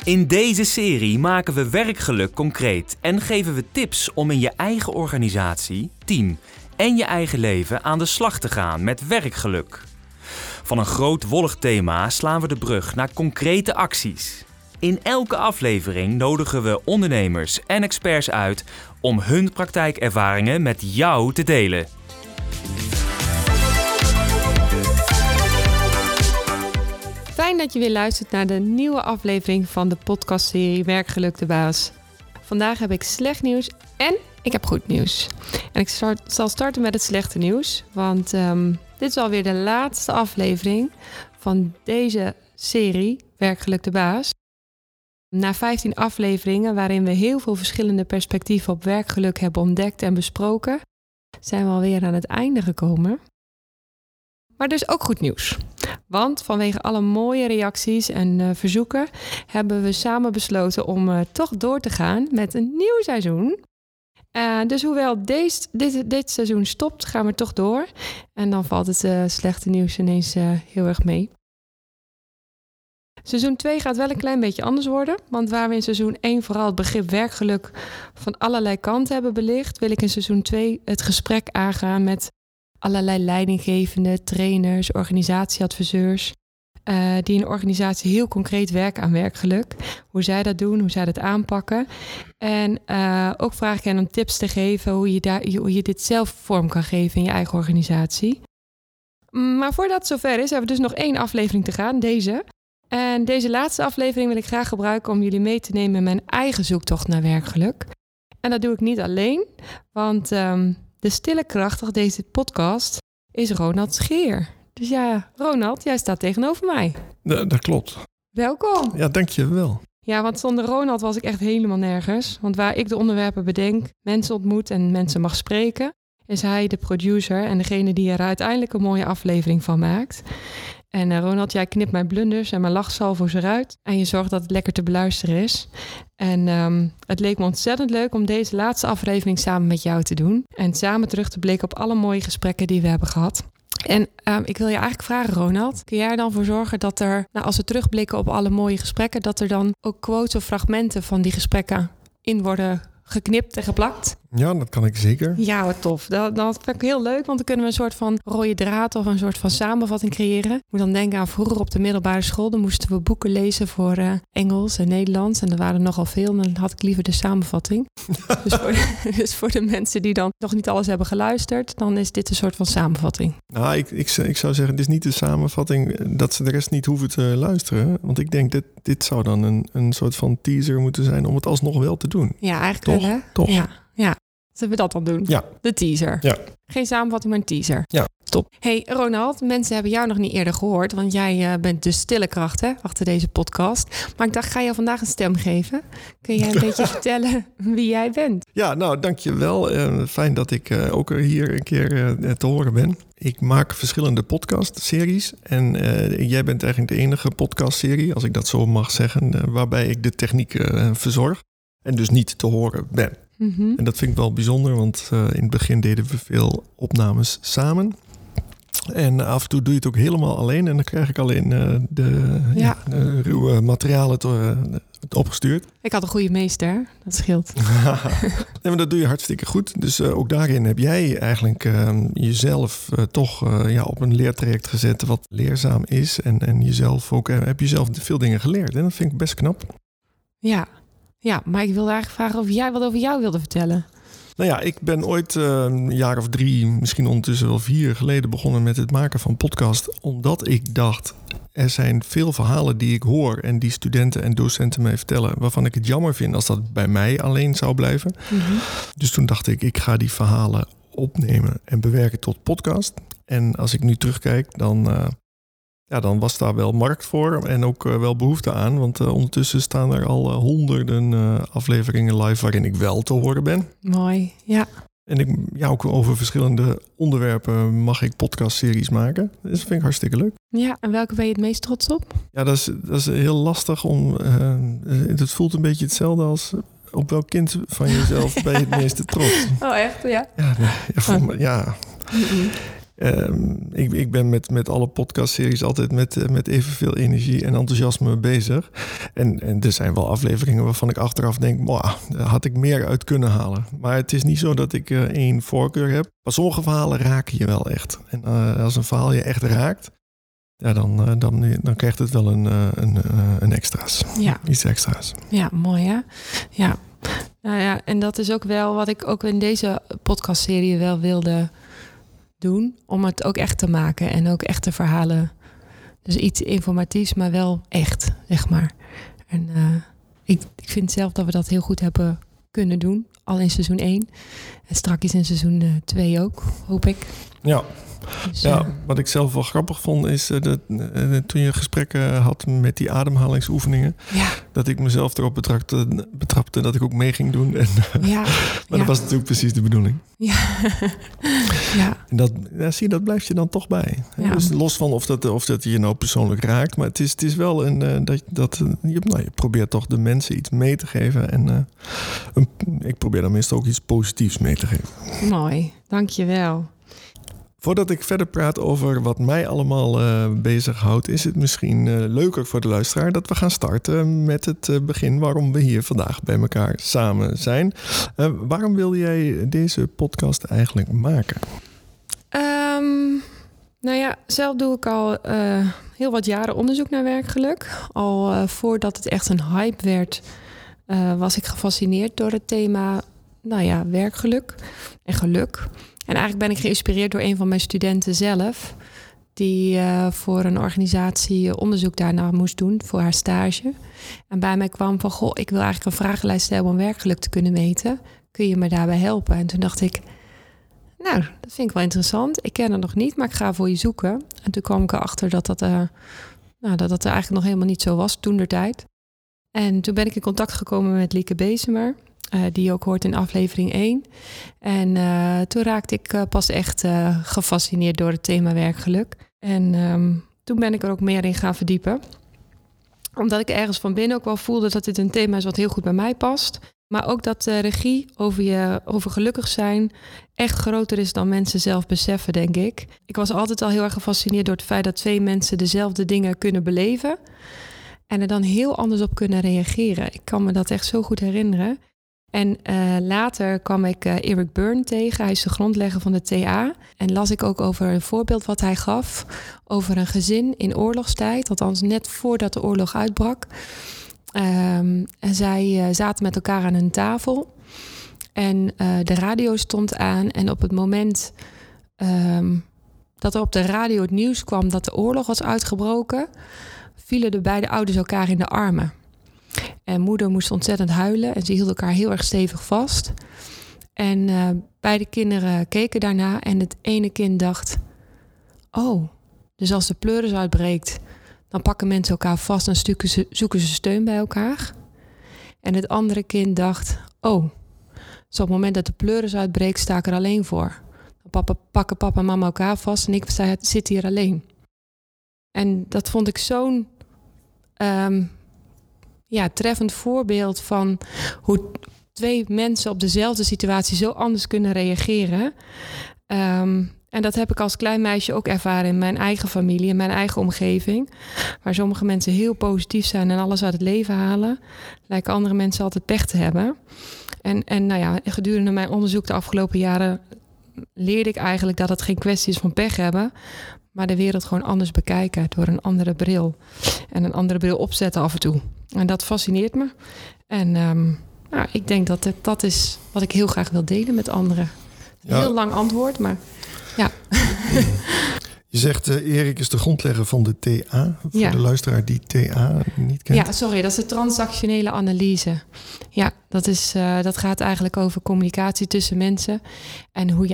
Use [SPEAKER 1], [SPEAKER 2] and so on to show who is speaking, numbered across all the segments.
[SPEAKER 1] In deze serie maken we werkgeluk concreet en geven we tips om in je eigen organisatie, team en je eigen leven aan de slag te gaan met werkgeluk. Van een groot wollig thema slaan we de brug naar concrete acties. In elke aflevering nodigen we ondernemers en experts uit om hun praktijkervaringen met jou te delen.
[SPEAKER 2] Fijn dat je weer luistert naar de nieuwe aflevering van de podcastserie Werkgeluk de Baas. Vandaag heb ik slecht nieuws en ik heb goed nieuws. En ik zal starten met het slechte nieuws, want dit is alweer de laatste aflevering van deze serie Werkgeluk de Baas. Na 15 afleveringen waarin we heel veel verschillende perspectieven op werkgeluk hebben ontdekt en besproken, zijn we alweer aan het einde gekomen. Maar dus ook goed nieuws. Want vanwege alle mooie reacties en verzoeken hebben we samen besloten om toch door te gaan met een nieuw seizoen. Dus hoewel dit seizoen stopt, gaan we toch door. En dan valt het slechte nieuws ineens heel erg mee. Seizoen 2 gaat wel een klein beetje anders worden. Want waar we in seizoen 1 vooral het begrip werkgeluk van allerlei kanten hebben belicht, wil ik in seizoen 2 het gesprek aangaan met allerlei leidinggevende, trainers, organisatieadviseurs, die in de organisatie heel concreet werken aan werkgeluk. Hoe zij dat doen, hoe zij dat aanpakken. En ook vraag ik hen om tips te geven hoe je dit zelf vorm kan geven in je eigen organisatie. Maar voordat het zover is, hebben we dus nog 1 aflevering te gaan, deze. En deze laatste aflevering wil ik graag gebruiken om jullie mee te nemen in mijn eigen zoektocht naar werkgeluk. En dat doe ik niet alleen, want de stille kracht achter deze podcast is Ronald Scheer. Dus ja, Ronald, jij staat tegenover mij.
[SPEAKER 3] Dat klopt.
[SPEAKER 2] Welkom.
[SPEAKER 3] Ja, dank je wel.
[SPEAKER 2] Ja, want zonder Ronald was ik echt helemaal nergens. Want waar ik de onderwerpen bedenk, mensen ontmoet en mensen mag spreken, is hij de producer en degene die er uiteindelijk een mooie aflevering van maakt. En Ronald, jij knipt mijn blunders en mijn lachsalvo's eruit. En je zorgt dat het lekker te beluisteren is. En het leek me ontzettend leuk om deze laatste aflevering samen met jou te doen. En samen terug te blikken op alle mooie gesprekken die we hebben gehad. En ik wil je eigenlijk vragen, Ronald. Kun jij er dan voor zorgen dat er, als we terugblikken op alle mooie gesprekken, dat er dan ook quotes of fragmenten van die gesprekken in worden geknipt en geplakt?
[SPEAKER 3] Ja, dat kan ik zeker.
[SPEAKER 2] Ja, wat tof. Dat vind ik heel leuk, want dan kunnen we een soort van rode draad of een soort van samenvatting creëren. Ik moet dan denken aan vroeger op de middelbare school. Dan moesten we boeken lezen voor Engels en Nederlands. En er waren nogal veel. En dan had ik liever de samenvatting. dus voor de mensen die dan nog niet alles hebben geluisterd, dan is dit een soort van samenvatting.
[SPEAKER 3] Nou, ik zou zeggen, dit is niet de samenvatting dat ze de rest niet hoeven te luisteren. Want ik denk dat dit zou dan een soort van teaser moeten zijn om het alsnog wel te doen.
[SPEAKER 2] Ja, eigenlijk
[SPEAKER 3] toch?
[SPEAKER 2] wel, hè?
[SPEAKER 3] Toch?
[SPEAKER 2] Ja. Zullen we dat dan doen?
[SPEAKER 3] Ja.
[SPEAKER 2] De teaser.
[SPEAKER 3] Ja.
[SPEAKER 2] Geen samenvatting, maar een teaser.
[SPEAKER 3] Ja.
[SPEAKER 2] Top. Hey Ronald, mensen hebben jou nog niet eerder gehoord, want jij bent de stille kracht achter deze podcast. Maar ik dacht, ga je vandaag een stem geven? Kun jij een beetje vertellen wie jij bent?
[SPEAKER 3] Ja, nou, dank je wel. Fijn dat ik ook hier een keer te horen ben. Ik maak verschillende podcastseries en jij bent eigenlijk de enige podcastserie, als ik dat zo mag zeggen, waarbij ik de techniek verzorg en dus niet te horen ben.
[SPEAKER 2] Mm-hmm.
[SPEAKER 3] En dat vind ik wel bijzonder, want in het begin deden we veel opnames samen. En af en toe doe je het ook helemaal alleen. En dan krijg ik alleen de ruwe materialen opgestuurd.
[SPEAKER 2] Ik had een goede meester, dat scheelt.
[SPEAKER 3] Nee, maar dat doe je hartstikke goed. Dus ook daarin heb jij eigenlijk jezelf toch op een leertraject gezet wat leerzaam is. En jezelf ook, heb jezelf veel dingen geleerd. En dat vind ik best knap.
[SPEAKER 2] Ja, maar ik wilde eigenlijk vragen of jij wat over jou wilde vertellen.
[SPEAKER 3] Nou ja, ik ben ooit een jaar of 3, misschien ondertussen wel 4 geleden begonnen met het maken van podcast. Omdat ik dacht, er zijn veel verhalen die ik hoor en die studenten en docenten mij vertellen, waarvan ik het jammer vind als dat bij mij alleen zou blijven. Mm-hmm. Dus toen dacht ik ga die verhalen opnemen en bewerken tot podcast. En als ik nu terugkijk, dan was daar wel markt voor en ook wel behoefte aan. Want ondertussen staan er al honderden afleveringen live waarin ik wel te horen ben.
[SPEAKER 2] Mooi, ja.
[SPEAKER 3] En ook over verschillende onderwerpen mag ik podcastseries maken. Dus dat vind ik hartstikke leuk.
[SPEAKER 2] Ja, en welke ben je het meest trots op?
[SPEAKER 3] Ja, dat is heel lastig om... het voelt een beetje hetzelfde als... Op welk kind van jezelf ben je het meeste trots?
[SPEAKER 2] Oh, echt? Ja.
[SPEAKER 3] Ja. Ik ben met alle podcastseries altijd met evenveel energie en enthousiasme bezig. En er zijn wel afleveringen waarvan ik achteraf denk, daar had ik meer uit kunnen halen. Maar het is niet zo dat ik één voorkeur heb. Maar sommige verhalen raken je wel echt. En als een verhaal je echt raakt, ja, dan krijgt het wel een extra's.
[SPEAKER 2] Ja.
[SPEAKER 3] Iets extra's.
[SPEAKER 2] Ja, mooi hè? Ja. Nou ja, en dat is ook wel wat ik ook in deze podcastserie wel wilde doen. Om het ook echt te maken en ook echte verhalen. Dus iets informatiefs, maar wel echt, zeg maar. En ik vind zelf dat we dat heel goed hebben kunnen doen. Al in seizoen 1. En straks in seizoen 2 ook, hoop ik.
[SPEAKER 3] Ja.
[SPEAKER 2] Dus,
[SPEAKER 3] Ja, wat ik zelf wel grappig vond is toen je gesprekken had met die ademhalingsoefeningen, dat ik mezelf erop betrapte dat ik ook mee ging doen. En, maar dat was natuurlijk precies de bedoeling.
[SPEAKER 2] Ja. Ja.
[SPEAKER 3] En dat blijft je dan toch bij. Ja. Dus los van of dat je nou persoonlijk raakt, maar het is wel je probeert toch de mensen iets mee te geven. En ik probeer dan meestal ook iets positiefs mee te geven.
[SPEAKER 2] Mooi, dankjewel.
[SPEAKER 3] Voordat ik verder praat over wat mij allemaal bezighoudt, is het misschien leuker voor de luisteraar dat we gaan starten met het begin waarom we hier vandaag bij elkaar samen zijn. Waarom wil jij deze podcast eigenlijk maken?
[SPEAKER 2] Nou ja, zelf doe ik al heel wat jaren onderzoek naar werkgeluk. Al voordat het echt een hype werd, was ik gefascineerd door het thema werkgeluk en geluk. En eigenlijk ben ik geïnspireerd door een van mijn studenten zelf, die voor een organisatie onderzoek daarna moest doen voor haar stage. En bij mij kwam van, ik wil eigenlijk een vragenlijst hebben om werkgeluk te kunnen meten. Kun je me daarbij helpen? En toen dacht ik, nou, dat vind ik wel interessant. Ik ken het nog niet, maar ik ga voor je zoeken. En toen kwam ik erachter dat dat er eigenlijk nog helemaal niet zo was toentertijd. En toen ben ik in contact gekomen met Lieke Bezemer, die ook hoort in aflevering 1. En toen raakte ik pas echt gefascineerd door het thema werkgeluk. En toen ben ik er ook meer in gaan verdiepen. Omdat ik ergens van binnen ook wel voelde dat dit een thema is wat heel goed bij mij past. Maar ook dat de regie over gelukkig zijn echt groter is dan mensen zelf beseffen, denk ik. Ik was altijd al heel erg gefascineerd door het feit dat 2 mensen dezelfde dingen kunnen beleven en er dan heel anders op kunnen reageren. Ik kan me dat echt zo goed herinneren. En later kwam ik Eric Berne tegen. Hij is de grondlegger van de TA. En las ik ook over een voorbeeld wat hij gaf over een gezin in oorlogstijd. Althans net voordat de oorlog uitbrak. En zij zaten met elkaar aan een tafel. En de radio stond aan. En op het moment dat er op de radio het nieuws kwam dat de oorlog was uitgebroken, vielen de beide ouders elkaar in de armen. En moeder moest ontzettend huilen en ze hielden elkaar heel erg stevig vast. En beide kinderen keken daarna en het ene kind dacht, dus als de pleuris uitbreekt, dan pakken mensen elkaar vast en zoeken ze steun bij elkaar. En het andere kind dacht, dus op het moment dat de pleuris uitbreekt, sta ik er alleen voor. Dan pakken papa en mama elkaar vast en ik zit hier alleen. En dat vond ik zo'n treffend voorbeeld van hoe 2 mensen op dezelfde situatie zo anders kunnen reageren. En dat heb ik als klein meisje ook ervaren in mijn eigen familie, in mijn eigen omgeving. Waar sommige mensen heel positief zijn en alles uit het leven halen, lijken andere mensen altijd pech te hebben. En gedurende mijn onderzoek de afgelopen jaren leerde ik eigenlijk dat het geen kwestie is van pech hebben, maar de wereld gewoon anders bekijken door een andere bril. En een andere bril opzetten af en toe. En dat fascineert me. En ik denk dat is wat ik heel graag wil delen met anderen. Ja. Heel lang antwoord, maar ja.
[SPEAKER 3] Je zegt, Erik is de grondlegger van de TA. Voor de luisteraar die TA niet kent.
[SPEAKER 2] Ja, sorry, dat is de transactionele analyse. Ja, dat gaat eigenlijk over communicatie tussen mensen. En hoe je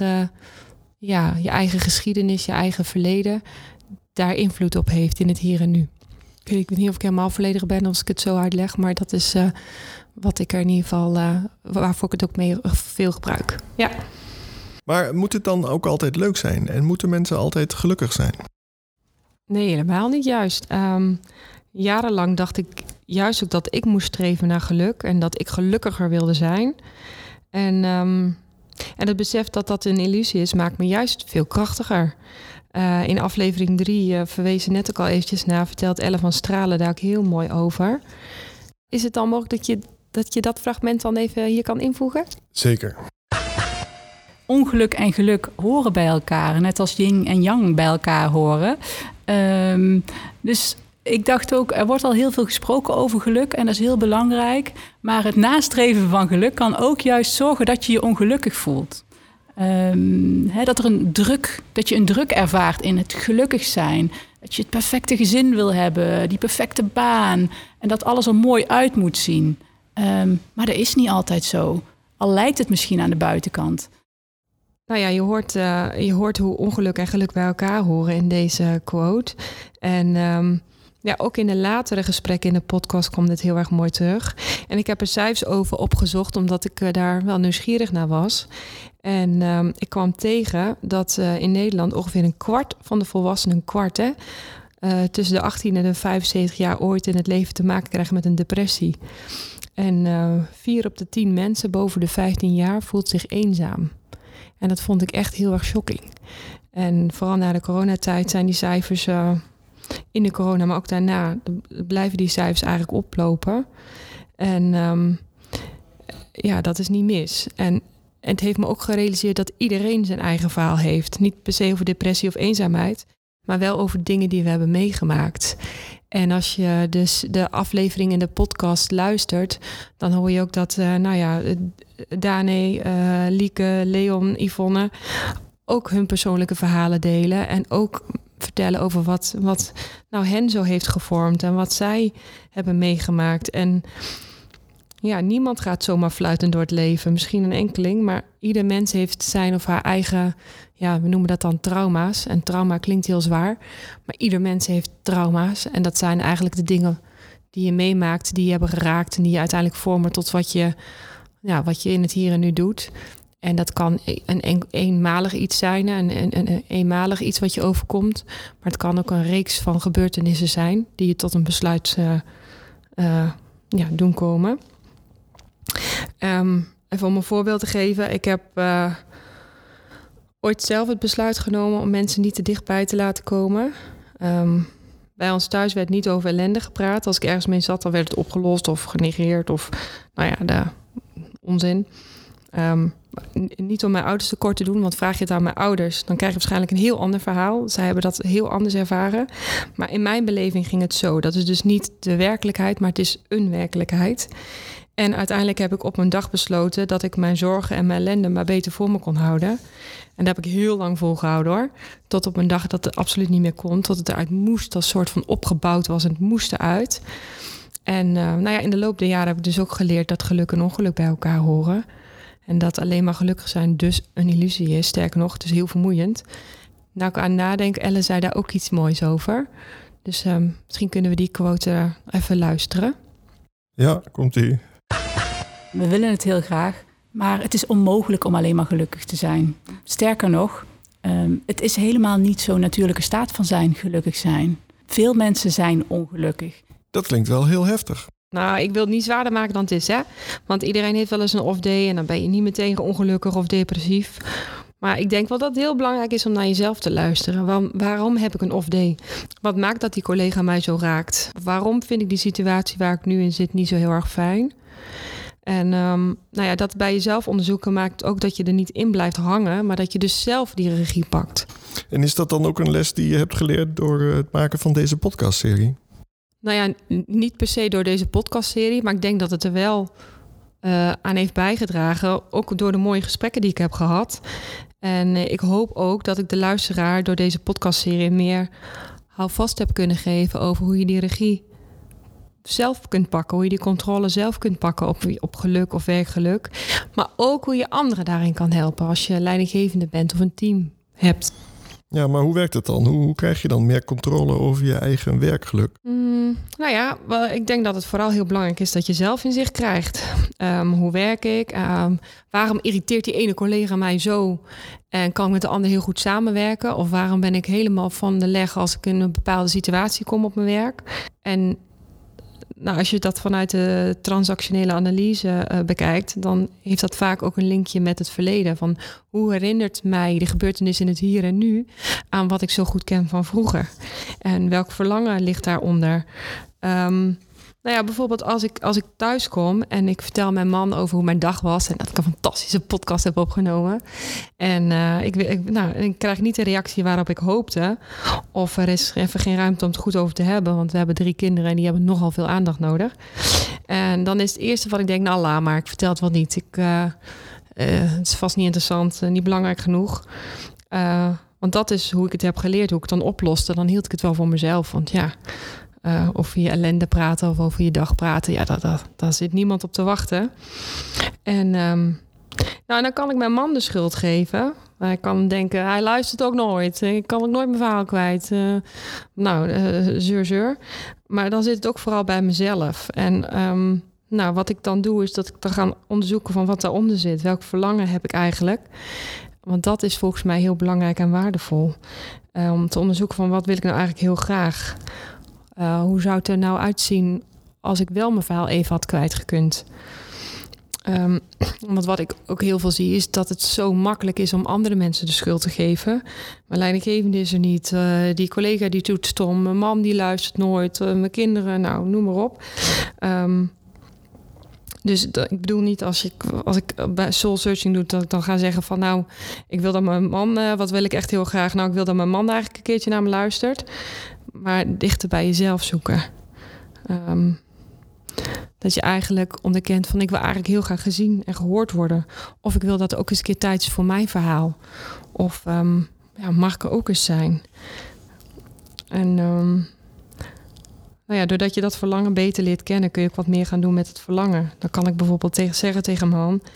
[SPEAKER 2] eigen geschiedenis, je eigen verleden daar invloed op heeft in het hier en nu. Ik weet niet of ik helemaal volledig ben als ik het zo uitleg, maar dat is wat ik er in ieder geval, waarvoor ik het ook mee veel gebruik. Ja.
[SPEAKER 3] Maar moet het dan ook altijd leuk zijn? En moeten mensen altijd gelukkig zijn?
[SPEAKER 2] Nee, helemaal niet juist. Jarenlang dacht ik juist ook dat ik moest streven naar geluk en dat ik gelukkiger wilde zijn. En En het besef dat dat een illusie is, maakt me juist veel krachtiger. In aflevering 3 verwezen net ook al eventjes naar, vertelt Elle van Stralen daar ook heel mooi over. Is het dan mogelijk dat je dat fragment dan even hier kan invoegen?
[SPEAKER 3] Zeker.
[SPEAKER 4] Ongeluk en geluk horen bij elkaar, net als yin en yang bij elkaar horen. Dus ik dacht ook, er wordt al heel veel gesproken over geluk en dat is heel belangrijk. Maar het nastreven van geluk kan ook juist zorgen dat je je ongelukkig voelt. Dat je een druk ervaart in het gelukkig zijn. Dat je het perfecte gezin wil hebben, die perfecte baan. En dat alles er mooi uit moet zien. Maar dat is niet altijd zo. Al lijkt het misschien aan de buitenkant.
[SPEAKER 2] Nou ja, je hoort hoe ongeluk en geluk bij elkaar horen in deze quote. En ook in de latere gesprekken in de podcast komt dit heel erg mooi terug. En ik heb er cijfers over opgezocht, omdat ik daar wel nieuwsgierig naar was. En ik kwam tegen dat in Nederland ongeveer een kwart van de volwassenen, tussen de 18 en de 75 jaar ooit in het leven te maken krijgen met een depressie. En 4 op de 10 mensen boven de 15 jaar voelt zich eenzaam. En dat vond ik echt heel erg shocking. En vooral na de coronatijd zijn die cijfers in de corona, maar ook daarna, blijven die cijfers eigenlijk oplopen. En dat is niet mis. En het heeft me ook gerealiseerd dat iedereen zijn eigen verhaal heeft. Niet per se over depressie of eenzaamheid, maar wel over dingen die we hebben meegemaakt. En als je dus de aflevering in de podcast luistert, dan hoor je ook dat Dane, Lieke, Leon, Yvonne ook hun persoonlijke verhalen delen. En ook vertellen over wat nou hen zo heeft gevormd en wat zij hebben meegemaakt. En ja, niemand gaat zomaar fluitend door het leven. Misschien een enkeling, maar ieder mens heeft zijn of haar eigen, we noemen dat dan trauma's. En trauma klinkt heel zwaar, maar ieder mens heeft trauma's. En dat zijn eigenlijk de dingen die je meemaakt, die je hebben geraakt en die je uiteindelijk vormen tot wat je in het hier en nu doet. En dat kan een eenmalig iets zijn, een eenmalig iets wat je overkomt. Maar het kan ook een reeks van gebeurtenissen zijn die je tot een besluit doen komen. Even om een voorbeeld te geven. Ik heb ooit zelf het besluit genomen om mensen niet te dichtbij te laten komen. Bij ons thuis werd niet over ellende gepraat. Als ik ergens mee zat, dan werd het opgelost of genegeerd of de onzin. Niet om mijn ouders tekort te doen, want vraag je het aan mijn ouders, dan krijg je waarschijnlijk een heel ander verhaal. Zij hebben dat heel anders ervaren. Maar in mijn beleving ging het zo. Dat is dus niet de werkelijkheid, maar het is een werkelijkheid. En uiteindelijk heb ik op een dag besloten dat ik mijn zorgen en mijn ellende maar beter voor me kon houden. En dat heb ik heel lang volgehouden hoor. Tot op een dag dat het absoluut niet meer kon. Tot het eruit moest, als soort van opgebouwd was en het moest eruit. En in de loop der jaren heb ik dus ook geleerd dat geluk en ongeluk bij elkaar horen. En dat alleen maar gelukkig zijn dus een illusie is. Sterker nog, het is heel vermoeiend. Nou, ik aan nadenken, Elle zei daar ook iets moois over. Dus misschien kunnen we die quote even luisteren.
[SPEAKER 3] Ja, komt-ie.
[SPEAKER 4] We willen het heel graag, maar het is onmogelijk om alleen maar gelukkig te zijn. Sterker nog, het is helemaal niet zo'n natuurlijke staat van zijn, gelukkig zijn. Veel mensen zijn ongelukkig. Dat
[SPEAKER 3] klinkt wel heel heftig.
[SPEAKER 2] Nou, ik wil het niet zwaarder maken dan het is, hè. Want iedereen heeft wel eens een off-day en dan ben je niet meteen ongelukkig of depressief. Maar ik denk wel dat het heel belangrijk is om naar jezelf te luisteren. Waarom heb ik een off-day? Wat maakt dat die collega mij zo raakt? Waarom vind ik die situatie waar ik nu in zit niet zo heel erg fijn? En dat bij jezelf onderzoeken maakt ook dat je er niet in blijft hangen, maar dat je dus zelf die regie pakt.
[SPEAKER 3] En is dat dan ook een les die je hebt geleerd door het maken van deze podcastserie?
[SPEAKER 2] Nou ja, niet per se door deze podcastserie, maar ik denk dat het er wel aan heeft bijgedragen. Ook door de mooie gesprekken die ik heb gehad. En ik hoop ook dat ik de luisteraar door deze podcastserie meer houvast heb kunnen geven over hoe je die regie zelf kunt pakken. Hoe je die controle zelf kunt pakken op geluk of werkgeluk. Maar ook hoe je anderen daarin kan helpen als je leidinggevende bent of een team hebt.
[SPEAKER 3] Ja, maar hoe werkt het dan? Hoe krijg je dan meer controle over je eigen werkgeluk?
[SPEAKER 2] Ik denk dat het vooral heel belangrijk is dat je zelf inzicht krijgt. Hoe werk ik? Waarom irriteert die ene collega mij zo? En kan ik met de ander heel goed samenwerken? Of waarom ben ik helemaal van de leg als ik in een bepaalde situatie kom op mijn werk? En als je dat vanuit de transactionele analyse bekijkt, dan heeft dat vaak ook een linkje met het verleden. Van hoe herinnert mij de gebeurtenis in het hier en nu aan wat ik zo goed ken van vroeger? En welk verlangen ligt daaronder? Bijvoorbeeld als ik thuis kom en ik vertel mijn man over hoe mijn dag was en dat ik een fantastische podcast heb opgenomen. En ik krijg niet de reactie waarop ik hoopte. Of er is even geen ruimte om het goed over te hebben, want we hebben 3 kinderen en die hebben nogal veel aandacht nodig. En dan is het eerste wat ik denk, laat maar, ik vertel het wel niet. Het is vast niet interessant, niet belangrijk genoeg. Want dat is hoe ik het heb geleerd, hoe ik het dan oploste. Dan hield ik het wel voor mezelf, want over je ellende praten of over je dag praten. Daar zit niemand op te wachten. En dan kan ik mijn man de schuld geven. Hij kan denken, hij luistert ook nooit. Ik kan ook nooit mijn verhaal kwijt. Zeur. Maar dan zit het ook vooral bij mezelf. En wat ik dan doe, is dat ik dan ga onderzoeken van wat daaronder zit. Welk verlangen heb ik eigenlijk? Want dat is volgens mij heel belangrijk en waardevol. Om te onderzoeken van wat wil ik nou eigenlijk heel graag. Hoe zou het er nou uitzien als ik wel mijn verhaal even had kwijtgekund? Want wat ik ook heel veel zie is dat het zo makkelijk is om andere mensen de schuld te geven. Mijn leidinggevende is er niet. Die collega die doet stom. Mijn man die luistert nooit. Mijn kinderen, noem maar op. Dus ik bedoel niet als ik bij soul searching doe, dat ik dan ga zeggen van ik wil dat mijn man, wat wil ik echt heel graag? Ik wil dat mijn man eigenlijk een keertje naar me luistert. Maar dichter bij jezelf zoeken. Dat je eigenlijk onderkent van ik wil eigenlijk heel graag gezien en gehoord worden. Of ik wil dat ook eens een keer tijd is voor mijn verhaal. Of mag ik er ook eens zijn. En doordat je dat verlangen beter leert kennen, kun je ook wat meer gaan doen met het verlangen. Dan kan ik bijvoorbeeld zeggen tegen mijn man,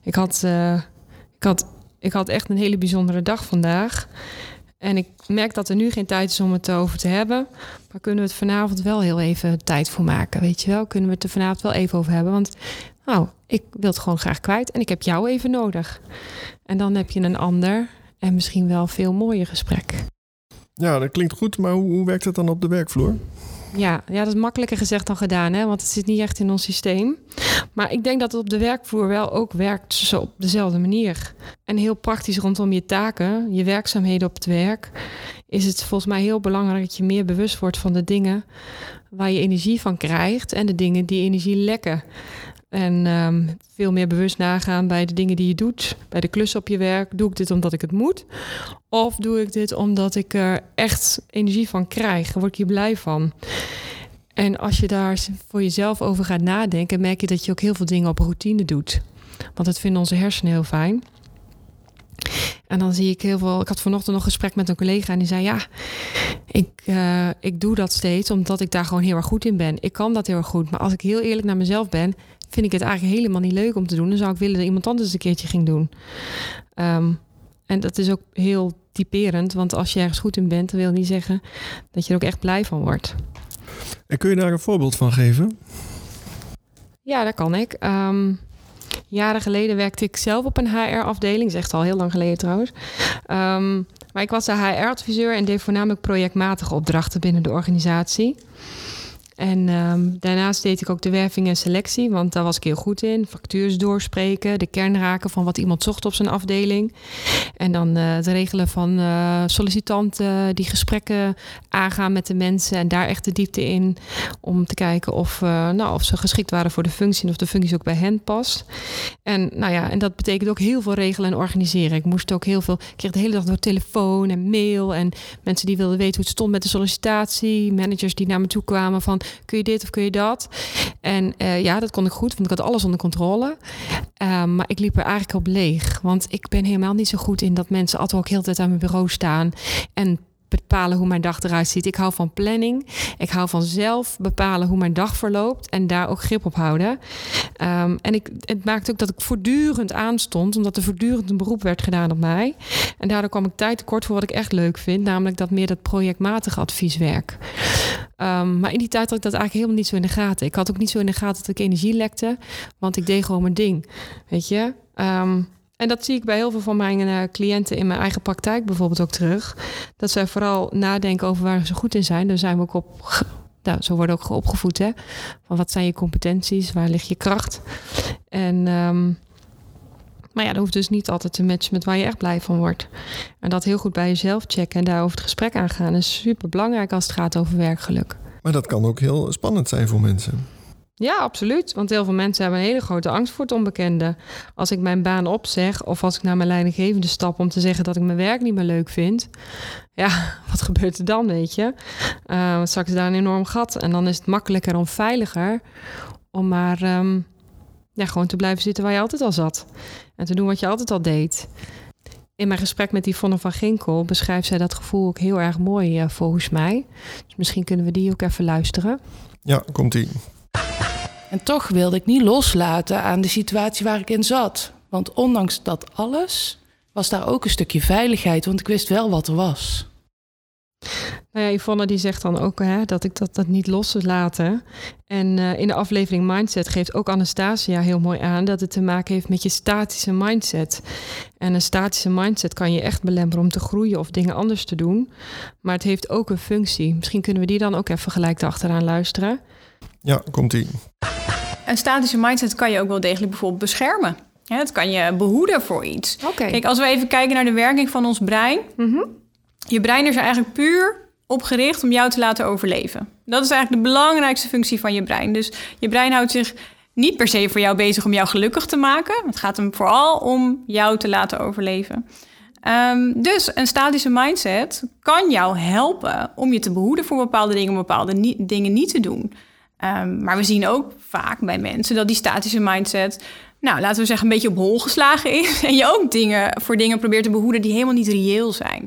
[SPEAKER 2] ik had echt een hele bijzondere dag vandaag. En ik merk dat er nu geen tijd is om het over te hebben. Maar kunnen we het vanavond wel heel even tijd voor maken, weet je wel? Kunnen we het er vanavond wel even over hebben? Want ik wil het gewoon graag kwijt en ik heb jou even nodig. En dan heb je een ander en misschien wel veel mooier gesprek.
[SPEAKER 3] Ja, dat klinkt goed, maar hoe werkt het dan op de werkvloer?
[SPEAKER 2] Ja, dat is makkelijker gezegd dan gedaan, hè? Want het zit niet echt in ons systeem. Maar ik denk dat het op de werkvloer wel ook werkt zo op dezelfde manier. En heel praktisch rondom je taken, je werkzaamheden op het werk, is het volgens mij heel belangrijk dat je meer bewust wordt van de dingen waar je energie van krijgt en de dingen die energie lekken. En veel meer bewust nagaan bij de dingen die je doet. Bij de klussen op je werk. Doe ik dit omdat ik het moet? Of doe ik dit omdat ik er echt energie van krijg? Daar word ik hier blij van. En als je daar voor jezelf over gaat nadenken, merk je dat je ook heel veel dingen op routine doet. Want dat vinden onze hersenen heel fijn. En dan zie ik heel veel. Ik had vanochtend nog een gesprek met een collega en die zei: ik doe dat steeds omdat ik daar gewoon heel erg goed in ben. Ik kan dat heel erg goed. Maar als ik heel eerlijk naar mezelf ben, vind ik het eigenlijk helemaal niet leuk om te doen. Dan zou ik willen dat iemand anders een keertje ging doen. En dat is ook heel typerend, want als je ergens goed in bent, dan wil niet zeggen dat je er ook echt blij van wordt.
[SPEAKER 3] En kun je daar een voorbeeld van geven?
[SPEAKER 2] Ja, dat kan ik. Jaren geleden werkte ik zelf op een HR-afdeling. Dat is echt al heel lang geleden trouwens. Maar ik was de HR-adviseur en deed voornamelijk projectmatige opdrachten binnen de organisatie. En daarnaast deed ik ook de werving en selectie, want daar was ik heel goed in. Vacatures doorspreken, de kern raken van wat iemand zocht op zijn afdeling. En dan het regelen van sollicitanten, die gesprekken aangaan met de mensen en daar echt de diepte in. Om te kijken of ze geschikt waren voor de functie en of de functie ook bij hen past. En dat betekent ook heel veel regelen en organiseren. Ik kreeg de hele dag door telefoon en mail en mensen die wilden weten hoe het stond met de sollicitatie. Managers die naar me toe kwamen van: kun je dit of kun je dat? En dat kon ik goed, want ik had alles onder controle. Maar ik liep er eigenlijk op leeg. Want ik ben helemaal niet zo goed in dat mensen altijd ook heel de tijd aan mijn bureau staan en bepalen hoe mijn dag eruit ziet. Ik hou van planning. Ik hou van zelf bepalen hoe mijn dag verloopt en daar ook grip op houden. Het maakte ook dat ik voortdurend aanstond, omdat er voortdurend een beroep werd gedaan op mij. En daardoor kwam ik tijd tekort voor wat ik echt leuk vind, namelijk dat projectmatige advieswerk. Maar in die tijd had ik dat eigenlijk helemaal niet zo in de gaten. Ik had ook niet zo in de gaten dat ik energie lekte, want ik deed gewoon mijn ding. Weet je? En dat zie ik bij heel veel van mijn cliënten in mijn eigen praktijk bijvoorbeeld ook terug. Dat zij vooral nadenken over waar ze goed in zijn. Daar zijn we ook op Nou, zo worden ook opgevoed, hè. Van wat zijn je competenties, waar ligt je kracht? En maar ja, dat hoeft dus niet altijd te matchen met waar je echt blij van wordt. En dat heel goed bij jezelf checken en daarover het gesprek aangaan is super belangrijk als het gaat over werkgeluk.
[SPEAKER 3] Maar dat kan ook heel spannend zijn voor mensen.
[SPEAKER 2] Ja, absoluut. Want heel veel mensen hebben een hele grote angst voor het onbekende. Als ik mijn baan opzeg of als ik naar mijn leidinggevende stap om te zeggen dat ik mijn werk niet meer leuk vind. Ja, wat gebeurt er dan, weet je? Straks is daar een enorm gat. En dan is het makkelijker en veiliger om maar gewoon te blijven zitten waar je altijd al zat. En te doen wat je altijd al deed. In mijn gesprek met Yvonne van Ginkel beschrijft zij dat gevoel ook heel erg mooi volgens mij. Dus misschien kunnen we die ook even luisteren.
[SPEAKER 3] Ja, komt-ie.
[SPEAKER 5] En toch wilde ik niet loslaten aan de situatie waar ik in zat. Want ondanks dat alles was daar ook een stukje veiligheid. Want ik wist wel wat er was.
[SPEAKER 2] Nou ja, Yvonne die zegt dan ook dat ik dat niet los wil laten. En in de aflevering Mindset geeft ook Anastasia heel mooi aan dat het te maken heeft met je statische mindset. En een statische mindset kan je echt belemmeren om te groeien of dingen anders te doen. Maar het heeft ook een functie. Misschien kunnen we die dan ook even gelijk achteraan luisteren.
[SPEAKER 3] Ja, komt-ie.
[SPEAKER 6] Een statische mindset kan je ook wel degelijk bijvoorbeeld beschermen. Ja, het kan je behoeden voor iets.
[SPEAKER 2] Okay.
[SPEAKER 6] Kijk, als we even kijken naar de werking van ons brein. Je brein is er eigenlijk puur op gericht om jou te laten overleven. Dat is eigenlijk de belangrijkste functie van je brein. Dus je brein houdt zich niet per se voor jou bezig om jou gelukkig te maken. Het gaat hem vooral om jou te laten overleven. Dus een statische mindset kan jou helpen om je te behoeden voor bepaalde dingen, om bepaalde dingen niet te doen. Maar we zien ook vaak bij mensen dat die statische mindset, nou, laten we zeggen, een beetje op hol geslagen is. En je ook dingen probeert te behoeden die helemaal niet reëel zijn.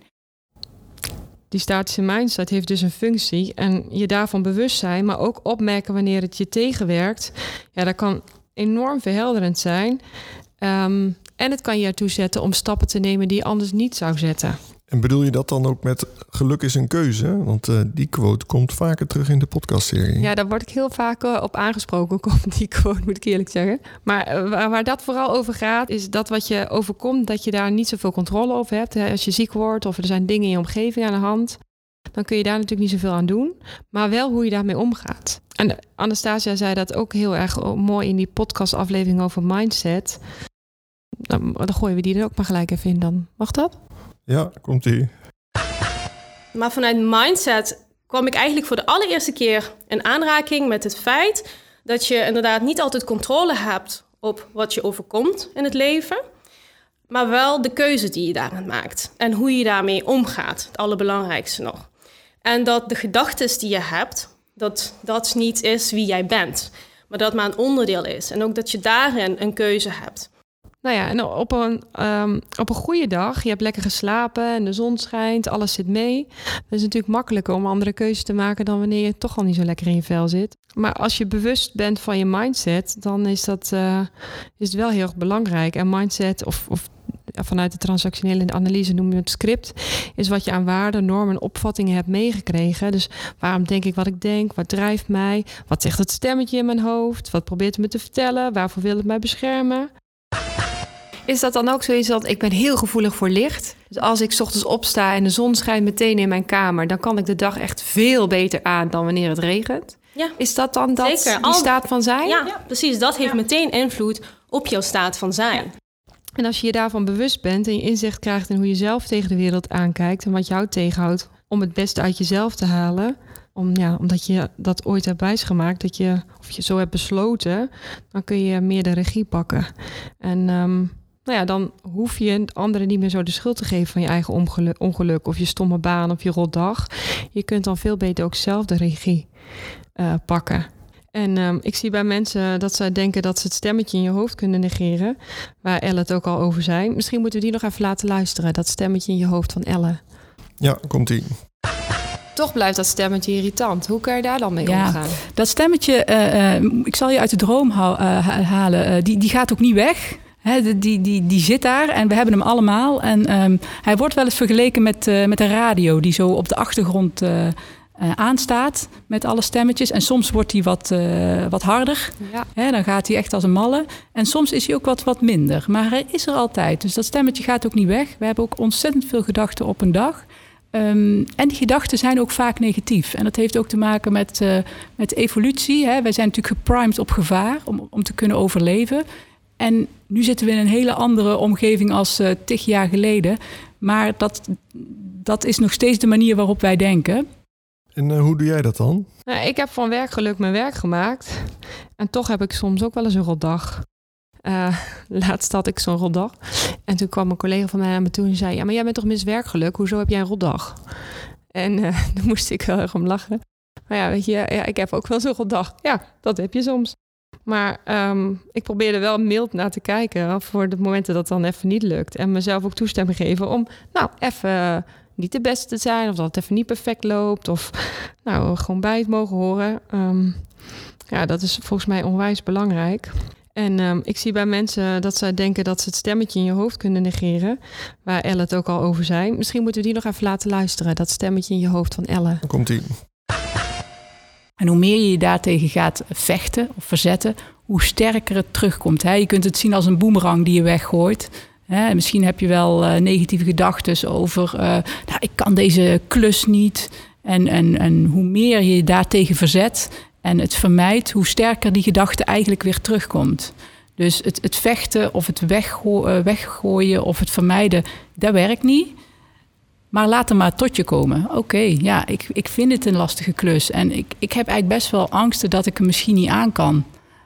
[SPEAKER 2] Die statische mindset heeft dus een functie en je daarvan bewust zijn, maar ook opmerken wanneer het je tegenwerkt. Ja, dat kan enorm verhelderend zijn. En het kan je ertoe zetten om stappen te nemen die je anders niet zou zetten.
[SPEAKER 3] En bedoel je dat dan ook met geluk is een keuze? Want die quote komt vaker terug in de podcastserie.
[SPEAKER 2] Ja, daar word ik heel vaak op aangesproken, op die quote, moet ik eerlijk zeggen. Maar waar dat vooral over gaat, is dat wat je overkomt, dat je daar niet zoveel controle over hebt. Als je ziek wordt of er zijn dingen in je omgeving aan de hand, dan kun je daar natuurlijk niet zoveel aan doen. Maar wel hoe je daarmee omgaat. En Anastasia zei dat ook heel erg mooi in die podcastaflevering over mindset. Dan gooien we die er ook maar gelijk even in dan. Mag dat?
[SPEAKER 3] Ja, komt-ie.
[SPEAKER 7] Maar vanuit mindset kwam ik eigenlijk voor de allereerste keer in aanraking met het feit dat je inderdaad niet altijd controle hebt op wat je overkomt in het leven, maar wel de keuze die je daarin maakt en hoe je daarmee omgaat, het allerbelangrijkste nog. En dat de gedachten die je hebt, dat niet is wie jij bent, maar dat maar een onderdeel is. En ook dat je daarin een keuze hebt.
[SPEAKER 2] Nou ja, en op een goede dag, je hebt lekker geslapen en de zon schijnt, alles zit mee. Dat is natuurlijk makkelijker om andere keuzes te maken dan wanneer je toch al niet zo lekker in je vel zit. Maar als je bewust bent van je mindset, dan is het wel heel erg belangrijk. En mindset, of vanuit de transactionele analyse noemen we het script, is wat je aan waarden, normen en opvattingen hebt meegekregen. Dus waarom denk ik wat ik denk? Wat drijft mij? Wat zegt het stemmetje in mijn hoofd? Wat probeert het me te vertellen? Waarvoor wil het mij beschermen? Is dat dan ook zoiets dat ik ben heel gevoelig voor licht? Dus als ik 's ochtends opsta en de zon schijnt meteen in mijn kamer, dan kan ik de dag echt veel beter aan dan wanneer het regent.
[SPEAKER 7] Ja.
[SPEAKER 2] Is dat dan die staat van zijn?
[SPEAKER 7] Ja, precies. Dat heeft meteen invloed op jouw staat van zijn.
[SPEAKER 2] Ja. En als je je daarvan bewust bent en je inzicht krijgt in hoe je zelf tegen de wereld aankijkt en wat jou tegenhoudt om het beste uit jezelf te halen, omdat je dat ooit hebt wijsgemaakt, of je zo hebt besloten, dan kun je meer de regie pakken. En dan hoef je anderen niet meer zo de schuld te geven van je eigen ongeluk of je stomme baan of je rotdag. Je kunt dan veel beter ook zelf de regie pakken. En ik zie bij mensen dat zij denken dat ze het stemmetje in je hoofd kunnen negeren, waar Elle het ook al over zei. Misschien moeten we die nog even laten luisteren, dat stemmetje in je hoofd van Elle.
[SPEAKER 3] Ja, komt-ie.
[SPEAKER 2] Toch blijft dat stemmetje irritant. Hoe kan je daar dan mee omgaan?
[SPEAKER 4] Dat stemmetje, ik zal je uit de droom halen, die gaat ook niet weg. He, die zit daar en we hebben hem allemaal. En hij wordt wel eens vergeleken met een radio die zo op de achtergrond aanstaat met alle stemmetjes. En soms wordt hij wat harder. Ja. Dan gaat hij echt als een malle. En soms is hij ook wat minder. Maar hij is er altijd. Dus dat stemmetje gaat ook niet weg. We hebben ook ontzettend veel gedachten op een dag. En die gedachten zijn ook vaak negatief. En dat heeft ook te maken met evolutie. Hè. Wij zijn natuurlijk geprimed op gevaar om te kunnen overleven. En nu zitten we in een hele andere omgeving als 10 jaar geleden. Maar dat is nog steeds de manier waarop wij denken.
[SPEAKER 3] En hoe doe jij dat dan?
[SPEAKER 2] Nou, ik heb van werkgeluk mijn werk gemaakt. En toch heb ik soms ook wel eens een rotdag. Laatst had ik zo'n rotdag. En toen kwam een collega van mij naar me toe en zei... ja, maar jij bent toch Miss Werkgeluk? Hoezo heb jij een rotdag? En daar moest ik wel erg om lachen. Maar ja, weet je, ik heb ook wel zo'n rotdag. Ja, dat heb je soms. Maar ik probeerde wel mild naar te kijken... voor de momenten dat het dan even niet lukt. En mezelf ook toestemming geven om... nou, even niet de beste te zijn... of dat het even niet perfect loopt... of nou, gewoon bij het mogen horen. Ja, dat is volgens mij onwijs belangrijk... En ik zie bij mensen dat zij denken dat ze het stemmetje in je hoofd kunnen negeren. Waar Elle het ook al over zei. Misschien moeten we die nog even laten luisteren. Dat stemmetje in je hoofd van Elle.
[SPEAKER 3] Dan komt-ie.
[SPEAKER 4] En hoe meer je je daartegen gaat vechten of verzetten, hoe sterker het terugkomt. Hè? Je kunt het zien als een boemerang die je weggooit. Hè? Misschien heb je wel negatieve gedachten over... nou, ik kan deze klus niet. En hoe meer je je daartegen verzet... en het vermijdt, hoe sterker die gedachte eigenlijk weer terugkomt. Dus het vechten of het weggooien of het vermijden, dat werkt niet. Maar laat er maar tot je komen. Oké, ja, ik vind het een lastige klus. En ik heb eigenlijk best wel angsten dat ik er misschien niet aan kan.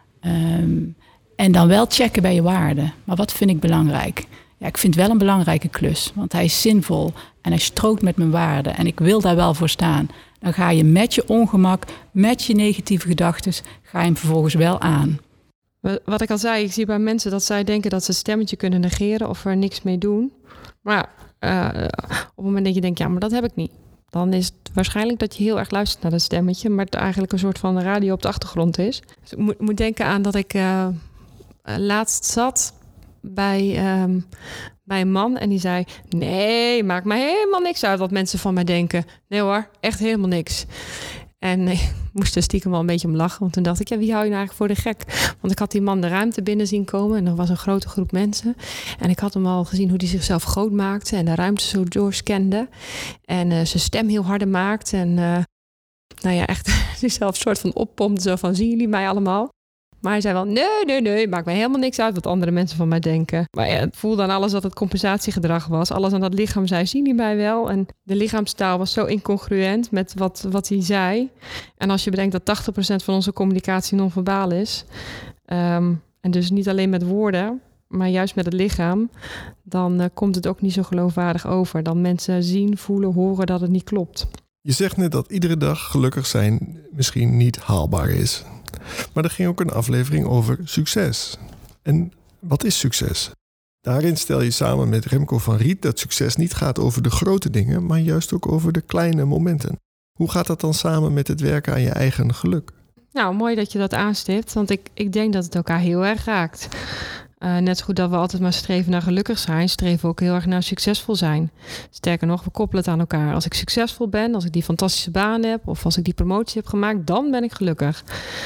[SPEAKER 4] En dan wel checken bij je waarden. Maar wat vind ik belangrijk? Ja, ik vind het wel een belangrijke klus. Want hij is zinvol en hij strookt met mijn waarden. En ik wil daar wel voor staan. Dan ga je met je ongemak, met je negatieve gedachten... ga je hem vervolgens wel aan.
[SPEAKER 2] Wat ik al zei, ik zie bij mensen dat zij denken... dat ze het stemmetje kunnen negeren of er niks mee doen. Maar op het moment dat je denkt, ja, maar dat heb ik niet... dan is het waarschijnlijk dat je heel erg luistert naar dat stemmetje... maar het eigenlijk een soort van radio op de achtergrond is. Dus ik moet denken aan dat ik laatst zat... bij een man en die zei... nee, maakt mij helemaal niks uit wat mensen van mij denken. Nee hoor, echt helemaal niks. En ik moest er stiekem wel een beetje om lachen. Want toen dacht ik, ja, wie hou je nou eigenlijk voor de gek? Want ik had die man de ruimte binnen zien komen... en er was een grote groep mensen. En ik had hem al gezien hoe hij zichzelf groot maakte... en de ruimte zo doorscande. En zijn stem heel harder maakte. En nou ja, echt zichzelf een soort van oppompte. Zo van, zien jullie mij allemaal? Maar hij zei wel, nee, maakt mij helemaal niks uit wat andere mensen van mij denken. Maar ja, het voelde aan alles dat het compensatiegedrag was. Alles aan dat lichaam zei, zien die mij wel? En de lichaamstaal was zo incongruent met wat hij zei. En als je bedenkt dat 80% van onze communicatie non-verbaal is... en dus niet alleen met woorden, maar juist met het lichaam... dan komt het ook niet zo geloofwaardig over. Dan mensen zien, voelen, horen dat het niet klopt.
[SPEAKER 3] Je zegt net dat iedere dag gelukkig zijn misschien niet haalbaar is... Maar er ging ook een aflevering over succes. En wat is succes? Daarin stel je samen met Remco van Riet dat succes niet gaat over de grote dingen, maar juist ook over de kleine momenten. Hoe gaat dat dan samen met het werken aan je eigen geluk?
[SPEAKER 2] Nou, mooi dat je dat aanstipt, want ik denk dat het elkaar heel erg raakt. Net zo goed dat we altijd maar streven naar gelukkig zijn, streven we ook heel erg naar succesvol zijn. Sterker nog, we koppelen het aan elkaar. Als ik succesvol ben, als ik die fantastische baan heb... of als ik die promotie heb gemaakt, dan ben ik gelukkig.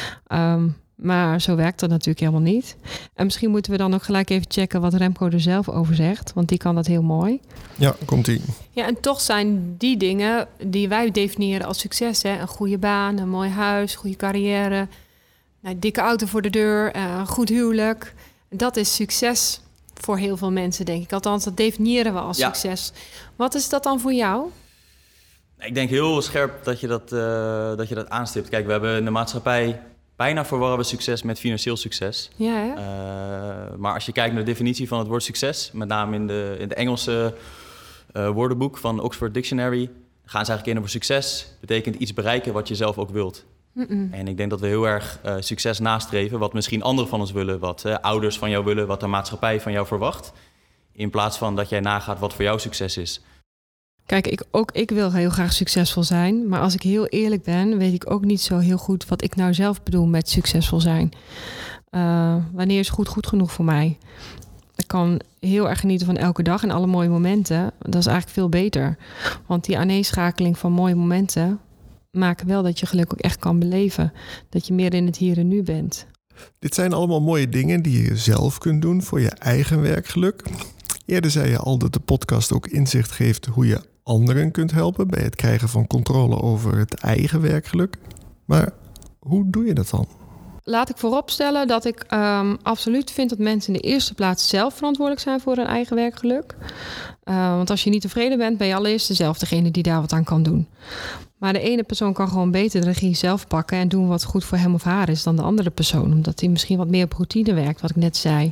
[SPEAKER 2] Maar zo werkt dat natuurlijk helemaal niet. En misschien moeten we dan ook gelijk even checken... wat Remco er zelf over zegt, want die kan dat heel mooi.
[SPEAKER 3] Ja, komt-ie.
[SPEAKER 2] Ja, en toch zijn die dingen die wij definiëren als succes... hè? Een goede baan, een mooi huis, goede carrière... een dikke auto voor de deur, een goed huwelijk... Dat is succes voor heel veel mensen, denk ik. Althans, dat definiëren we als succes. Wat is dat dan voor jou?
[SPEAKER 8] Ik denk heel scherp dat je dat aanstipt. Kijk, we hebben in de maatschappij bijna verwarren we succes met financieel succes.
[SPEAKER 2] Ja, hè?
[SPEAKER 8] Maar als je kijkt naar de definitie van het woord succes... met name in de Engelse woordenboek van Oxford Dictionary... gaan ze eigenlijk in over succes. Betekent iets bereiken wat je zelf ook wilt. En ik denk dat we heel erg succes nastreven... wat misschien anderen van ons willen, wat ouders van jou willen... wat de maatschappij van jou verwacht. In plaats van dat jij nagaat wat voor jou succes is.
[SPEAKER 2] Kijk, ik wil heel graag succesvol zijn. Maar als ik heel eerlijk ben, weet ik ook niet zo heel goed... wat ik nou zelf bedoel met succesvol zijn. Wanneer is goed genoeg voor mij? Ik kan heel erg genieten van elke dag en alle mooie momenten. Dat is eigenlijk veel beter. Want die aaneenschakeling van mooie momenten... maken wel dat je geluk ook echt kan beleven. Dat je meer in het hier en nu bent.
[SPEAKER 3] Dit zijn allemaal mooie dingen die je zelf kunt doen voor je eigen werkgeluk. Eerder zei je al dat de podcast ook inzicht geeft hoe je anderen kunt helpen bij het krijgen van controle over het eigen werkgeluk. Maar hoe doe je dat dan?
[SPEAKER 2] Laat ik vooropstellen dat ik absoluut vind dat mensen in de eerste plaats zelf verantwoordelijk zijn voor hun eigen werkgeluk. Want als je niet tevreden bent, ben je allereerst zelf degene die daar wat aan kan doen. Maar de ene persoon kan gewoon beter de regie zelf pakken en doen wat goed voor hem of haar is dan de andere persoon. Omdat hij misschien wat meer op routine werkt, wat ik net zei.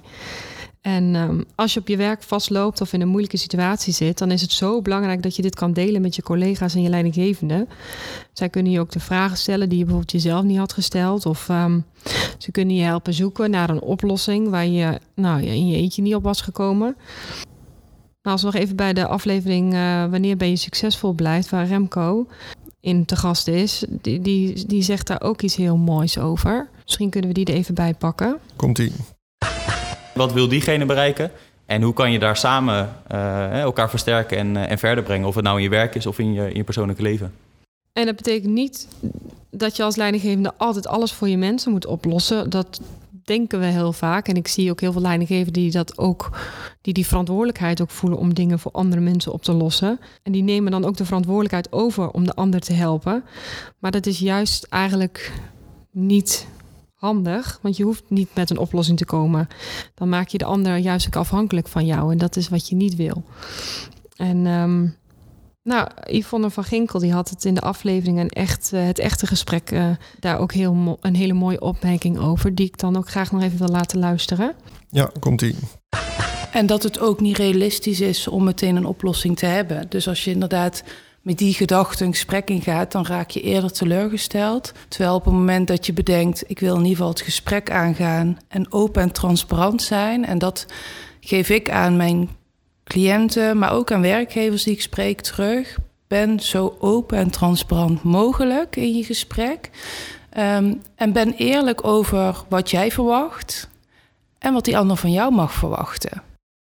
[SPEAKER 2] En als je op je werk vastloopt of in een moeilijke situatie zit, dan is het zo belangrijk dat je dit kan delen met je collega's en je leidinggevende. Zij kunnen je ook de vragen stellen die je bijvoorbeeld jezelf niet had gesteld. Of ze kunnen je helpen zoeken naar een oplossing waar je in je eentje niet op was gekomen. Nou, als we nog even bij de aflevering Wanneer ben je succesvol blijft, waar Remco in te gast is, die zegt daar ook iets heel moois over. Misschien kunnen we die er even bij pakken.
[SPEAKER 3] Komt-ie.
[SPEAKER 8] Wat wil diegene bereiken? En hoe kan je daar samen elkaar versterken en verder brengen? Of het nou in je werk is of in je persoonlijke leven. En
[SPEAKER 2] dat betekent niet dat je als leidinggevende altijd alles voor je mensen moet oplossen. Dat denken we heel vaak. En ik zie ook heel veel leidinggevenden die dat ook, die verantwoordelijkheid ook voelen om dingen voor andere mensen op te lossen. En die nemen dan ook de verantwoordelijkheid over om de ander te helpen. Maar dat is juist eigenlijk niet handig, want je hoeft niet met een oplossing te komen. Dan maak je de ander juist ook afhankelijk van jou. En dat is wat je niet wil. En Yvonne van Ginkel die had het in de aflevering het echte gesprek daar ook een hele mooie opmerking over, die ik dan ook graag nog even wil laten luisteren.
[SPEAKER 3] Ja, komt-ie.
[SPEAKER 5] En dat het ook niet realistisch is om meteen een oplossing te hebben. Dus als je inderdaad met die gedachte een gesprek ingaat, dan raak je eerder teleurgesteld. Terwijl op het moment dat je bedenkt, ik wil in ieder geval het gesprek aangaan en open en transparant zijn. En dat geef ik aan mijn cliënten, maar ook aan werkgevers die ik spreek terug. Ben zo open en transparant mogelijk in je gesprek. En ben eerlijk over wat jij verwacht en wat die ander van jou mag verwachten.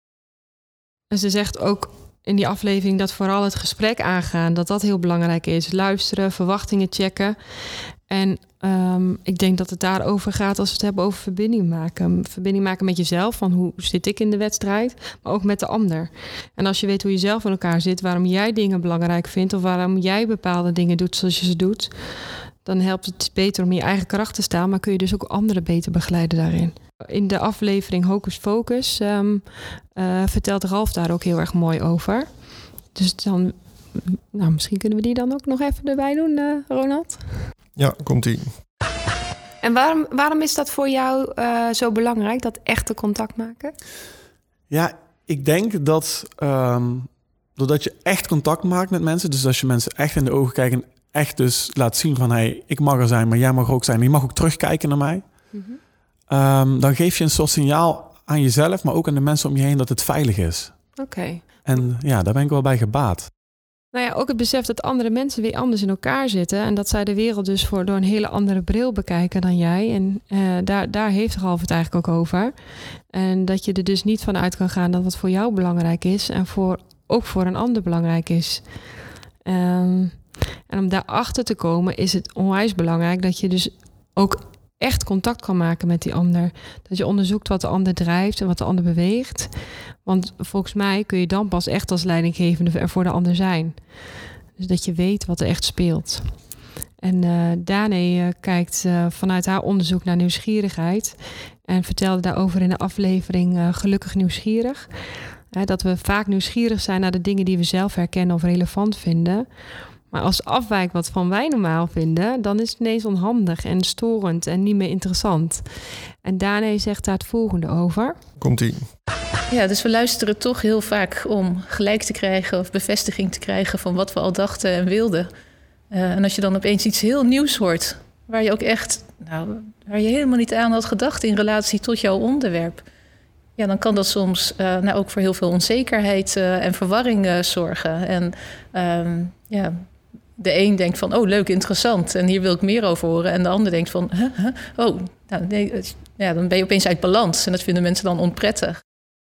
[SPEAKER 2] En ze zegt ook in die aflevering dat vooral het gesprek aangaan, dat heel belangrijk is. Luisteren, verwachtingen checken. En ik denk dat het daarover gaat als we het hebben over verbinding maken. Verbinding maken met jezelf, van hoe zit ik in de wedstrijd, maar ook met de ander. En als je weet hoe je zelf in elkaar zit, waarom jij dingen belangrijk vindt of waarom jij bepaalde dingen doet zoals je ze doet, dan helpt het beter om in je eigen kracht te staan, maar kun je dus ook anderen beter begeleiden daarin. In de aflevering Hocus Pocus vertelt Ralf daar ook heel erg mooi over. Dus dan, misschien kunnen we die dan ook nog even erbij doen, Ronald?
[SPEAKER 3] Ja, komt-ie.
[SPEAKER 2] En waarom is dat voor jou zo belangrijk, dat echte contact maken?
[SPEAKER 9] Ja, ik denk dat doordat je echt contact maakt met mensen, dus als je mensen echt in de ogen kijkt en echt dus laat zien van, hey, ik mag er zijn, maar jij mag er ook zijn. En je mag ook terugkijken naar mij. Mm-hmm. Dan geef je een soort signaal aan jezelf, maar ook aan de mensen om je heen dat het veilig is.
[SPEAKER 2] Oké.
[SPEAKER 9] En ja, daar ben ik wel bij gebaat.
[SPEAKER 2] Nou ja, ook het besef dat andere mensen weer anders in elkaar zitten. En dat zij de wereld dus door een hele andere bril bekijken dan jij. En daar heeft Ralf het eigenlijk ook over. En dat je er dus niet van uit kan gaan dat wat voor jou belangrijk is en ook voor een ander belangrijk is. En om daarachter te komen is het onwijs belangrijk dat je dus ook echt contact kan maken met die ander. Dat je onderzoekt wat de ander drijft en wat de ander beweegt. Want volgens mij kun je dan pas echt als leidinggevende er voor de ander zijn. Dus dat je weet wat er echt speelt. En Dane kijkt vanuit haar onderzoek naar nieuwsgierigheid. En vertelde daarover in de aflevering Gelukkig Nieuwsgierig. Dat we vaak nieuwsgierig zijn naar de dingen die we zelf herkennen of relevant vinden. Maar als afwijkt wat van wij normaal vinden, dan is het ineens onhandig en storend en niet meer interessant. En Dane zegt daar het volgende over.
[SPEAKER 3] Komt-ie.
[SPEAKER 10] Ja, dus we luisteren toch heel vaak om gelijk te krijgen of bevestiging te krijgen van wat we al dachten en wilden. En als je dan opeens iets heel nieuws hoort, waar je ook echt, waar je helemaal niet aan had gedacht in relatie tot jouw onderwerp. Ja, dan kan dat soms ook voor heel veel onzekerheid en verwarring zorgen. En de een denkt van, oh leuk, interessant, en hier wil ik meer over horen. En de ander denkt van, dan ben je opeens uit balans. En dat vinden mensen dan onprettig.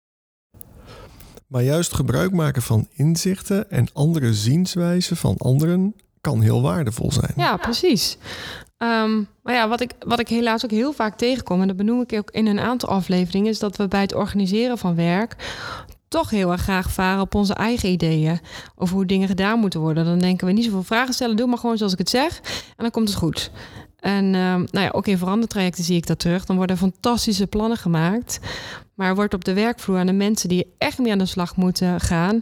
[SPEAKER 3] Maar juist gebruik maken van inzichten en andere zienswijzen van anderen kan heel waardevol zijn.
[SPEAKER 2] Ja, precies. Maar ja, wat ik helaas ook heel vaak tegenkom, en dat benoem ik ook in een aantal afleveringen, is dat we bij het organiseren van werk toch heel erg graag varen op onze eigen ideeën over hoe dingen gedaan moeten worden. Dan denken we niet zoveel vragen stellen, doe maar gewoon zoals ik het zeg en dan komt het goed. En ook in verandertrajecten zie ik dat terug. Dan worden tussen plannen gemaakt, maar er wordt op de werkvloer aan de mensen die echt mee aan de slag moeten gaan,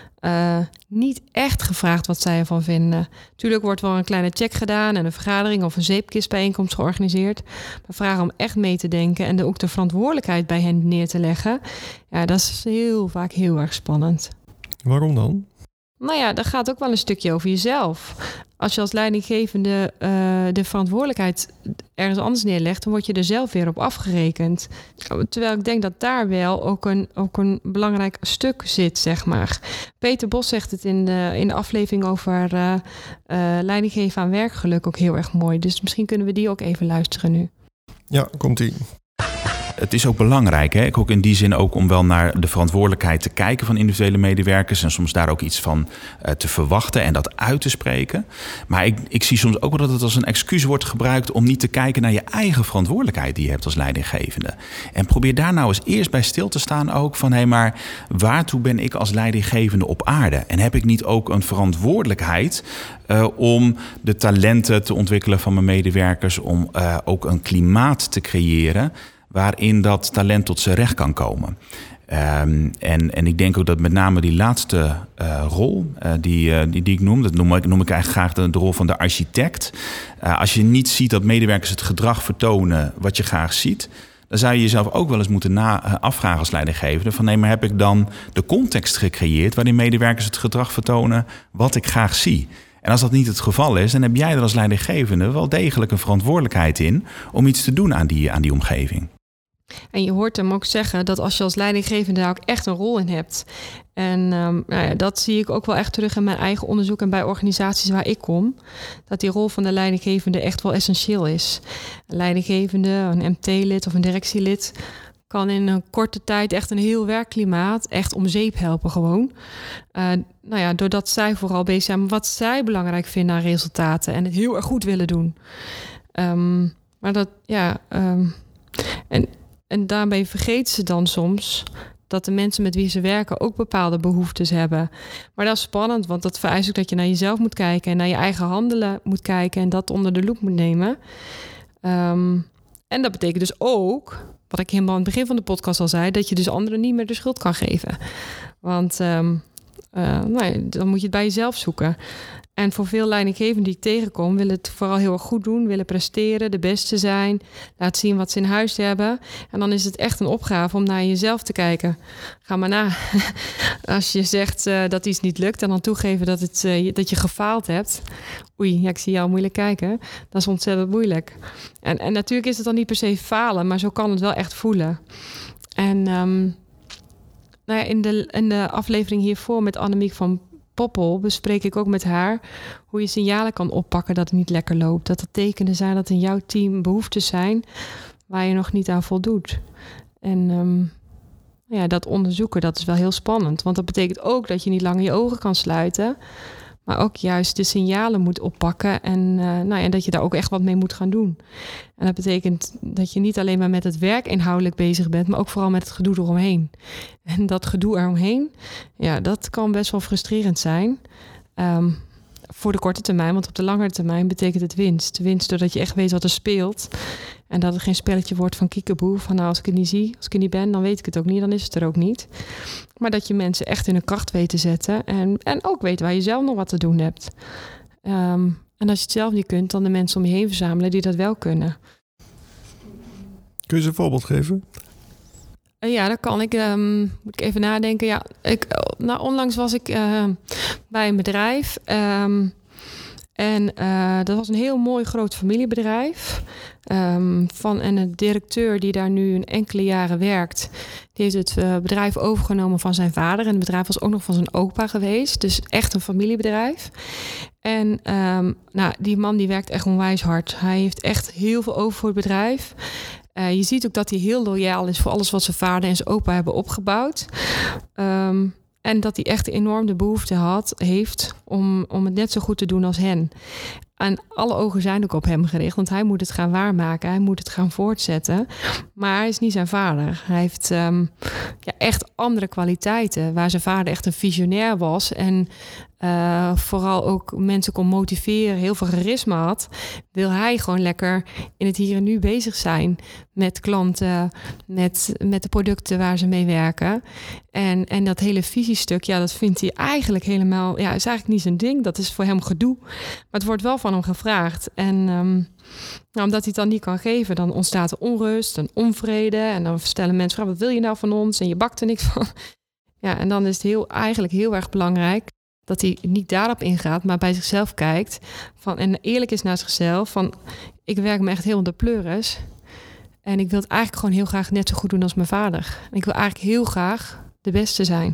[SPEAKER 2] niet echt gevraagd wat zij ervan vinden. Tuurlijk wordt wel een kleine check gedaan en een vergadering of een zeepkistbijeenkomst georganiseerd. Maar vragen om echt mee te denken en ook de verantwoordelijkheid bij hen neer te leggen, ja, dat is heel vaak heel erg spannend.
[SPEAKER 3] Waarom dan?
[SPEAKER 2] Nou ja, dat gaat ook wel een stukje over jezelf. Als je als leidinggevende de verantwoordelijkheid ergens anders neerlegt, dan word je er zelf weer op afgerekend. Terwijl ik denk dat daar wel ook een belangrijk stuk zit, zeg maar. Peter Bos zegt het in de aflevering over leidinggeven aan werkgeluk ook heel erg mooi. Dus misschien kunnen we die ook even luisteren nu.
[SPEAKER 3] Ja, komt-ie.
[SPEAKER 11] Het is ook belangrijk, hè? Ook in die zin ook om wel naar de verantwoordelijkheid te kijken van individuele medewerkers en soms daar ook iets van te verwachten en dat uit te spreken. Maar ik zie soms ook wel dat het als een excuus wordt gebruikt om niet te kijken naar je eigen verantwoordelijkheid die je hebt als leidinggevende. En probeer daar nou eens eerst bij stil te staan ook van, maar waartoe ben ik als leidinggevende op aarde? En heb ik niet ook een verantwoordelijkheid om de talenten te ontwikkelen van mijn medewerkers, om ook een klimaat te creëren waarin dat talent tot zijn recht kan komen. En ik denk ook dat met name die laatste rol die ik noem, dat noem ik eigenlijk graag de rol van de architect. Als je niet ziet dat medewerkers het gedrag vertonen wat je graag ziet, dan zou je jezelf ook wel eens moeten afvragen als leidinggevende van maar heb ik dan de context gecreëerd waarin medewerkers het gedrag vertonen wat ik graag zie? En als dat niet het geval is, dan heb jij er als leidinggevende wel degelijk een verantwoordelijkheid in om iets te doen aan die omgeving.
[SPEAKER 2] En je hoort hem ook zeggen dat als je als leidinggevende daar ook echt een rol in hebt. En dat zie ik ook wel echt terug in mijn eigen onderzoek en bij organisaties waar ik kom. Dat die rol van de leidinggevende echt wel essentieel is. Een leidinggevende, een MT-lid of een directielid kan in een korte tijd echt een heel werkklimaat echt om zeep helpen gewoon. Doordat zij vooral bezig zijn met wat zij belangrijk vinden aan resultaten en het heel erg goed willen doen. En daarbij vergeten ze dan soms dat de mensen met wie ze werken ook bepaalde behoeftes hebben. Maar dat is spannend, want dat vereist ook dat je naar jezelf moet kijken en naar je eigen handelen moet kijken en dat onder de loep moet nemen. En dat betekent dus ook, wat ik helemaal aan het begin van de podcast al zei, dat je dus anderen niet meer de schuld kan geven. Want dan moet je het bij jezelf zoeken. En voor veel leidinggevenden die ik tegenkom, willen het vooral heel erg goed doen, willen presteren, de beste zijn, laten zien wat ze in huis hebben. En dan is het echt een opgave om naar jezelf te kijken. Ga maar na. Als je zegt dat iets niet lukt en dan toegeven dat je gefaald hebt. Oei, ik zie jou moeilijk kijken. Dat is ontzettend moeilijk. En natuurlijk is het dan niet per se falen, maar zo kan het wel echt voelen. En in de aflevering hiervoor met Annemiek van Poppel bespreek ik ook met haar hoe je signalen kan oppakken dat het niet lekker loopt. Dat er tekenen zijn dat in jouw team behoeftes zijn waar je nog niet aan voldoet. En dat onderzoeken, dat is wel heel spannend. Want dat betekent ook dat je niet langer je ogen kan sluiten, maar ook juist de signalen moet oppakken en dat je daar ook echt wat mee moet gaan doen. En dat betekent dat je niet alleen maar met het werk inhoudelijk bezig bent, maar ook vooral met het gedoe eromheen. En dat gedoe eromheen, dat kan best wel frustrerend zijn. Voor de korte termijn, want op de langere termijn betekent het winst. Winst doordat je echt weet wat er speelt. En dat het geen spelletje wordt van kiekeboe. Van als ik het niet zie, als ik er niet ben, dan weet ik het ook niet. Dan is het er ook niet. Maar dat je mensen echt in hun kracht weet te zetten. En ook weet waar je zelf nog wat te doen hebt. En als je het zelf niet kunt, dan de mensen om je heen verzamelen die dat wel kunnen.
[SPEAKER 3] Kun je ze een voorbeeld geven?
[SPEAKER 2] Dat kan ik. Moet ik even nadenken. Onlangs was ik bij een bedrijf. Dat was een heel mooi groot familiebedrijf. En een directeur die daar nu een enkele jaren werkt, die heeft het bedrijf overgenomen van zijn vader. En het bedrijf was ook nog van zijn opa geweest. Dus echt een familiebedrijf. En die man die werkt echt onwijs hard. Hij heeft echt heel veel over voor het bedrijf. Je ziet ook dat hij heel loyaal is voor alles wat zijn vader en zijn opa hebben opgebouwd. En dat hij echt enorm de behoefte heeft om het net zo goed te doen als hen. En alle ogen zijn ook op hem gericht, want hij moet het gaan waarmaken. Hij moet het gaan voortzetten. Maar hij is niet zijn vader. Hij heeft echt andere kwaliteiten. Waar zijn vader echt een visionair was. En vooral ook mensen kon motiveren. Heel veel charisma had. Wil hij gewoon lekker in het hier en nu bezig zijn. Met klanten. Met de producten waar ze mee werken. En dat hele visiestuk. Ja, dat vindt hij eigenlijk helemaal... Ja, is eigenlijk niet zijn ding. Dat is voor hem gedoe. Maar het wordt wel van hem gevraagd. En omdat hij het dan niet kan geven, dan ontstaat er onrust en onvrede. En dan stellen mensen, wat wil je nou van ons? En je bakt er niks van. Ja, en dan is het eigenlijk heel erg belangrijk dat hij niet daarop ingaat, maar bij zichzelf kijkt. En eerlijk is naar zichzelf. Van, ik werk me echt heel de pleuris. En ik wil het eigenlijk gewoon heel graag net zo goed doen als mijn vader. En ik wil eigenlijk heel graag de beste zijn.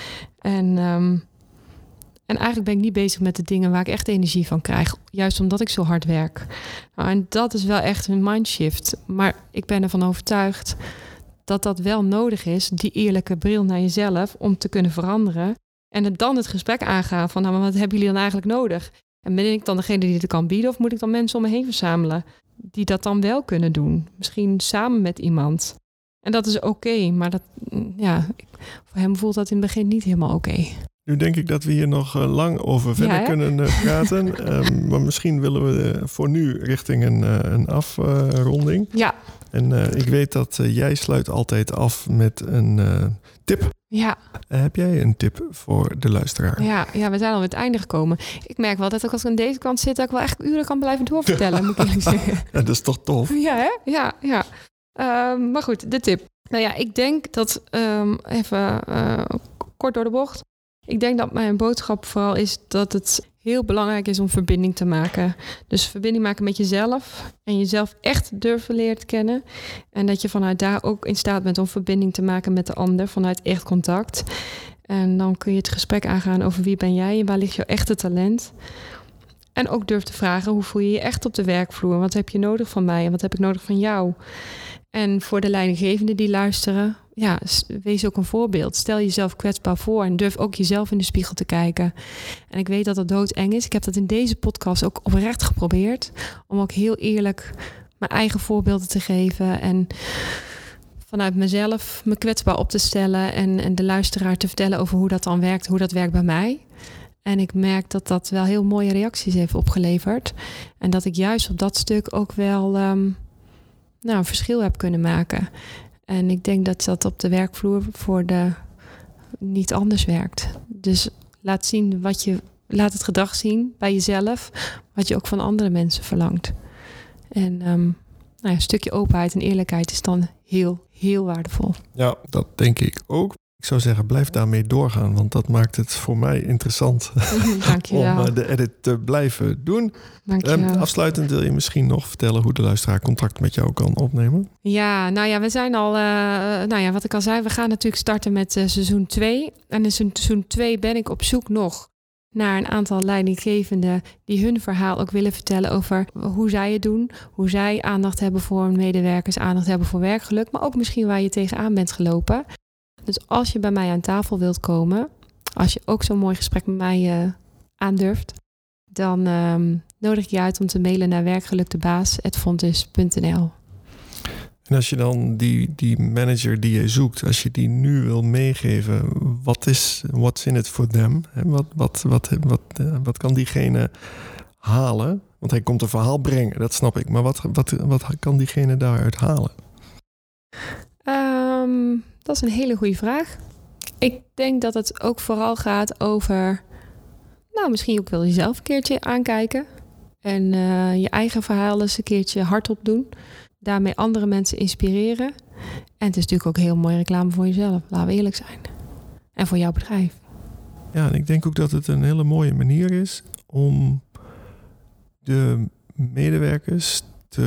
[SPEAKER 2] En eigenlijk ben ik niet bezig met de dingen waar ik echt energie van krijg. Juist omdat ik zo hard werk. Nou, en dat is wel echt een mindshift. Maar ik ben ervan overtuigd dat dat wel nodig is. Die eerlijke bril naar jezelf om te kunnen veranderen. En dan het gesprek aangaan van, nou, maar wat hebben jullie dan eigenlijk nodig? En ben ik dan degene die het kan bieden? Of moet ik dan mensen om me heen verzamelen die dat dan wel kunnen doen? Misschien samen met iemand. En dat is oké. Maar voor hem voelt dat in het begin niet helemaal oké.
[SPEAKER 3] Nu denk ik dat we hier nog lang over verder kunnen praten. Maar misschien willen we voor nu richting een afronding.
[SPEAKER 2] Ja.
[SPEAKER 3] En ik weet dat jij sluit altijd af met een tip.
[SPEAKER 2] Ja.
[SPEAKER 3] Heb jij een tip voor de luisteraar?
[SPEAKER 2] Ja, we zijn al aan het einde gekomen. Ik merk wel dat ook als ik aan deze kant zit, dat ik wel echt uren kan blijven doorvertellen, moet ik eerlijk zeggen.
[SPEAKER 3] Ja, dat is toch tof?
[SPEAKER 2] Ja, hè? Ja. Maar goed, de tip. Nou ja, ik denk dat, even kort door de bocht. Ik denk dat mijn boodschap vooral is dat het heel belangrijk is om verbinding te maken. Dus verbinding maken met jezelf en jezelf echt durven leren kennen. En dat je vanuit daar ook in staat bent om verbinding te maken met de ander vanuit echt contact. En dan kun je het gesprek aangaan over wie ben jij en waar ligt jouw echte talent. En ook durf te vragen, hoe voel je je echt op de werkvloer? Wat heb je nodig van mij en wat heb ik nodig van jou? En voor de leidinggevenden die luisteren, ja, wees ook een voorbeeld. Stel jezelf kwetsbaar voor en durf ook jezelf in de spiegel te kijken. En ik weet dat dat doodeng is. Ik heb dat in deze podcast ook oprecht geprobeerd. Om ook heel eerlijk mijn eigen voorbeelden te geven. En vanuit mezelf me kwetsbaar op te stellen. En de luisteraar te vertellen over hoe dat dan werkt. Hoe dat werkt bij mij. En ik merk dat dat wel heel mooie reacties heeft opgeleverd. En dat ik juist op dat stuk ook wel een verschil heb kunnen maken. En ik denk dat dat op de werkvloer voor de niet anders werkt. Dus laat het gedrag zien bij jezelf, wat je ook van andere mensen verlangt. En een stukje openheid en eerlijkheid is dan heel, heel waardevol.
[SPEAKER 3] Ja, dat denk ik ook. Ik zou zeggen, blijf daarmee doorgaan, want dat maakt het voor mij interessant om de edit te blijven doen. Afsluitend wil je misschien nog vertellen hoe de luisteraar contact met jou kan opnemen?
[SPEAKER 2] Ja, we zijn al, wat ik al zei, we gaan natuurlijk starten met seizoen 2. En in seizoen 2 ben ik op zoek nog naar een aantal leidinggevenden die hun verhaal ook willen vertellen over hoe zij het doen. Hoe zij aandacht hebben voor hun medewerkers, aandacht hebben voor werkgeluk, maar ook misschien waar je tegenaan bent gelopen. Dus als je bij mij aan tafel wilt komen, als je ook zo'n mooi gesprek met mij aandurft, dan nodig ik je uit om te mailen naar werkgelukdebaas@fontis.nl.
[SPEAKER 3] En als je dan die manager die je zoekt, als je die nu wil meegeven, what's in it for them? Wat kan diegene halen? Want hij komt een verhaal brengen, dat snap ik. Maar wat kan diegene daaruit halen?
[SPEAKER 2] Dat is een hele goede vraag. Ik denk dat het ook vooral gaat over, misschien ook wel jezelf een keertje aankijken. En je eigen verhaal eens een keertje hardop doen. Daarmee andere mensen inspireren. En het is natuurlijk ook heel mooi reclame voor jezelf, laten we eerlijk zijn. En voor jouw bedrijf.
[SPEAKER 3] Ja, en ik denk ook dat het een hele mooie manier is om de medewerkers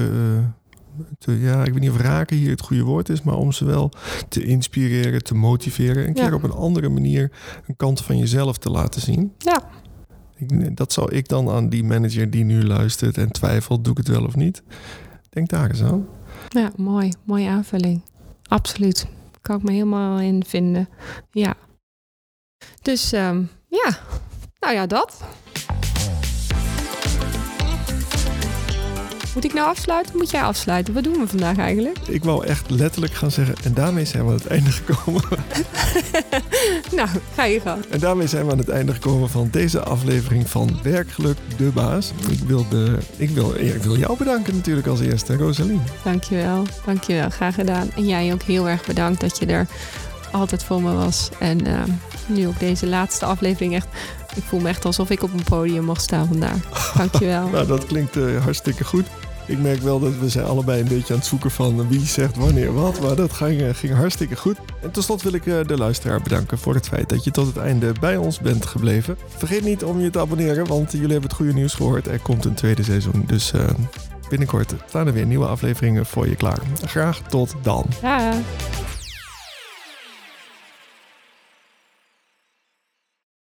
[SPEAKER 3] ik weet niet of raken hier het goede woord is, maar om ze wel te inspireren, te motiveren. Een keer op een andere manier een kant van jezelf te laten zien.
[SPEAKER 2] Ja.
[SPEAKER 3] Dat zou ik dan aan die manager die nu luistert en twijfelt, doe ik het wel of niet? Denk daar eens aan.
[SPEAKER 2] Ja, mooi. Mooie aanvulling. Absoluut. Kan ik me helemaal in vinden. Ja. Dus dat. Moet ik nou afsluiten? Moet jij afsluiten? Wat doen we vandaag eigenlijk?
[SPEAKER 3] Ik wou echt letterlijk gaan zeggen, en daarmee zijn we aan het einde gekomen.
[SPEAKER 2] Nou, ga je gang.
[SPEAKER 3] En daarmee zijn we aan het einde gekomen van deze aflevering van Werkgeluk, de baas. Ik wil jou bedanken natuurlijk als eerste, Rosalien.
[SPEAKER 2] Dankjewel, graag gedaan. En jij ook heel erg bedankt dat je er altijd voor me was. En nu ook deze laatste aflevering echt... Ik voel me echt alsof ik op een podium mag staan vandaag. Dankjewel.
[SPEAKER 3] Nou, dat klinkt hartstikke goed. Ik merk wel dat we zijn allebei een beetje aan het zoeken van wie zegt wanneer wat. Maar dat ging hartstikke goed. En tot slot wil ik de luisteraar bedanken voor het feit dat je tot het einde bij ons bent gebleven. Vergeet niet om je te abonneren, want jullie hebben het goede nieuws gehoord. Er komt een tweede seizoen, dus binnenkort staan er weer nieuwe afleveringen voor je klaar. Graag tot dan.
[SPEAKER 2] Ja.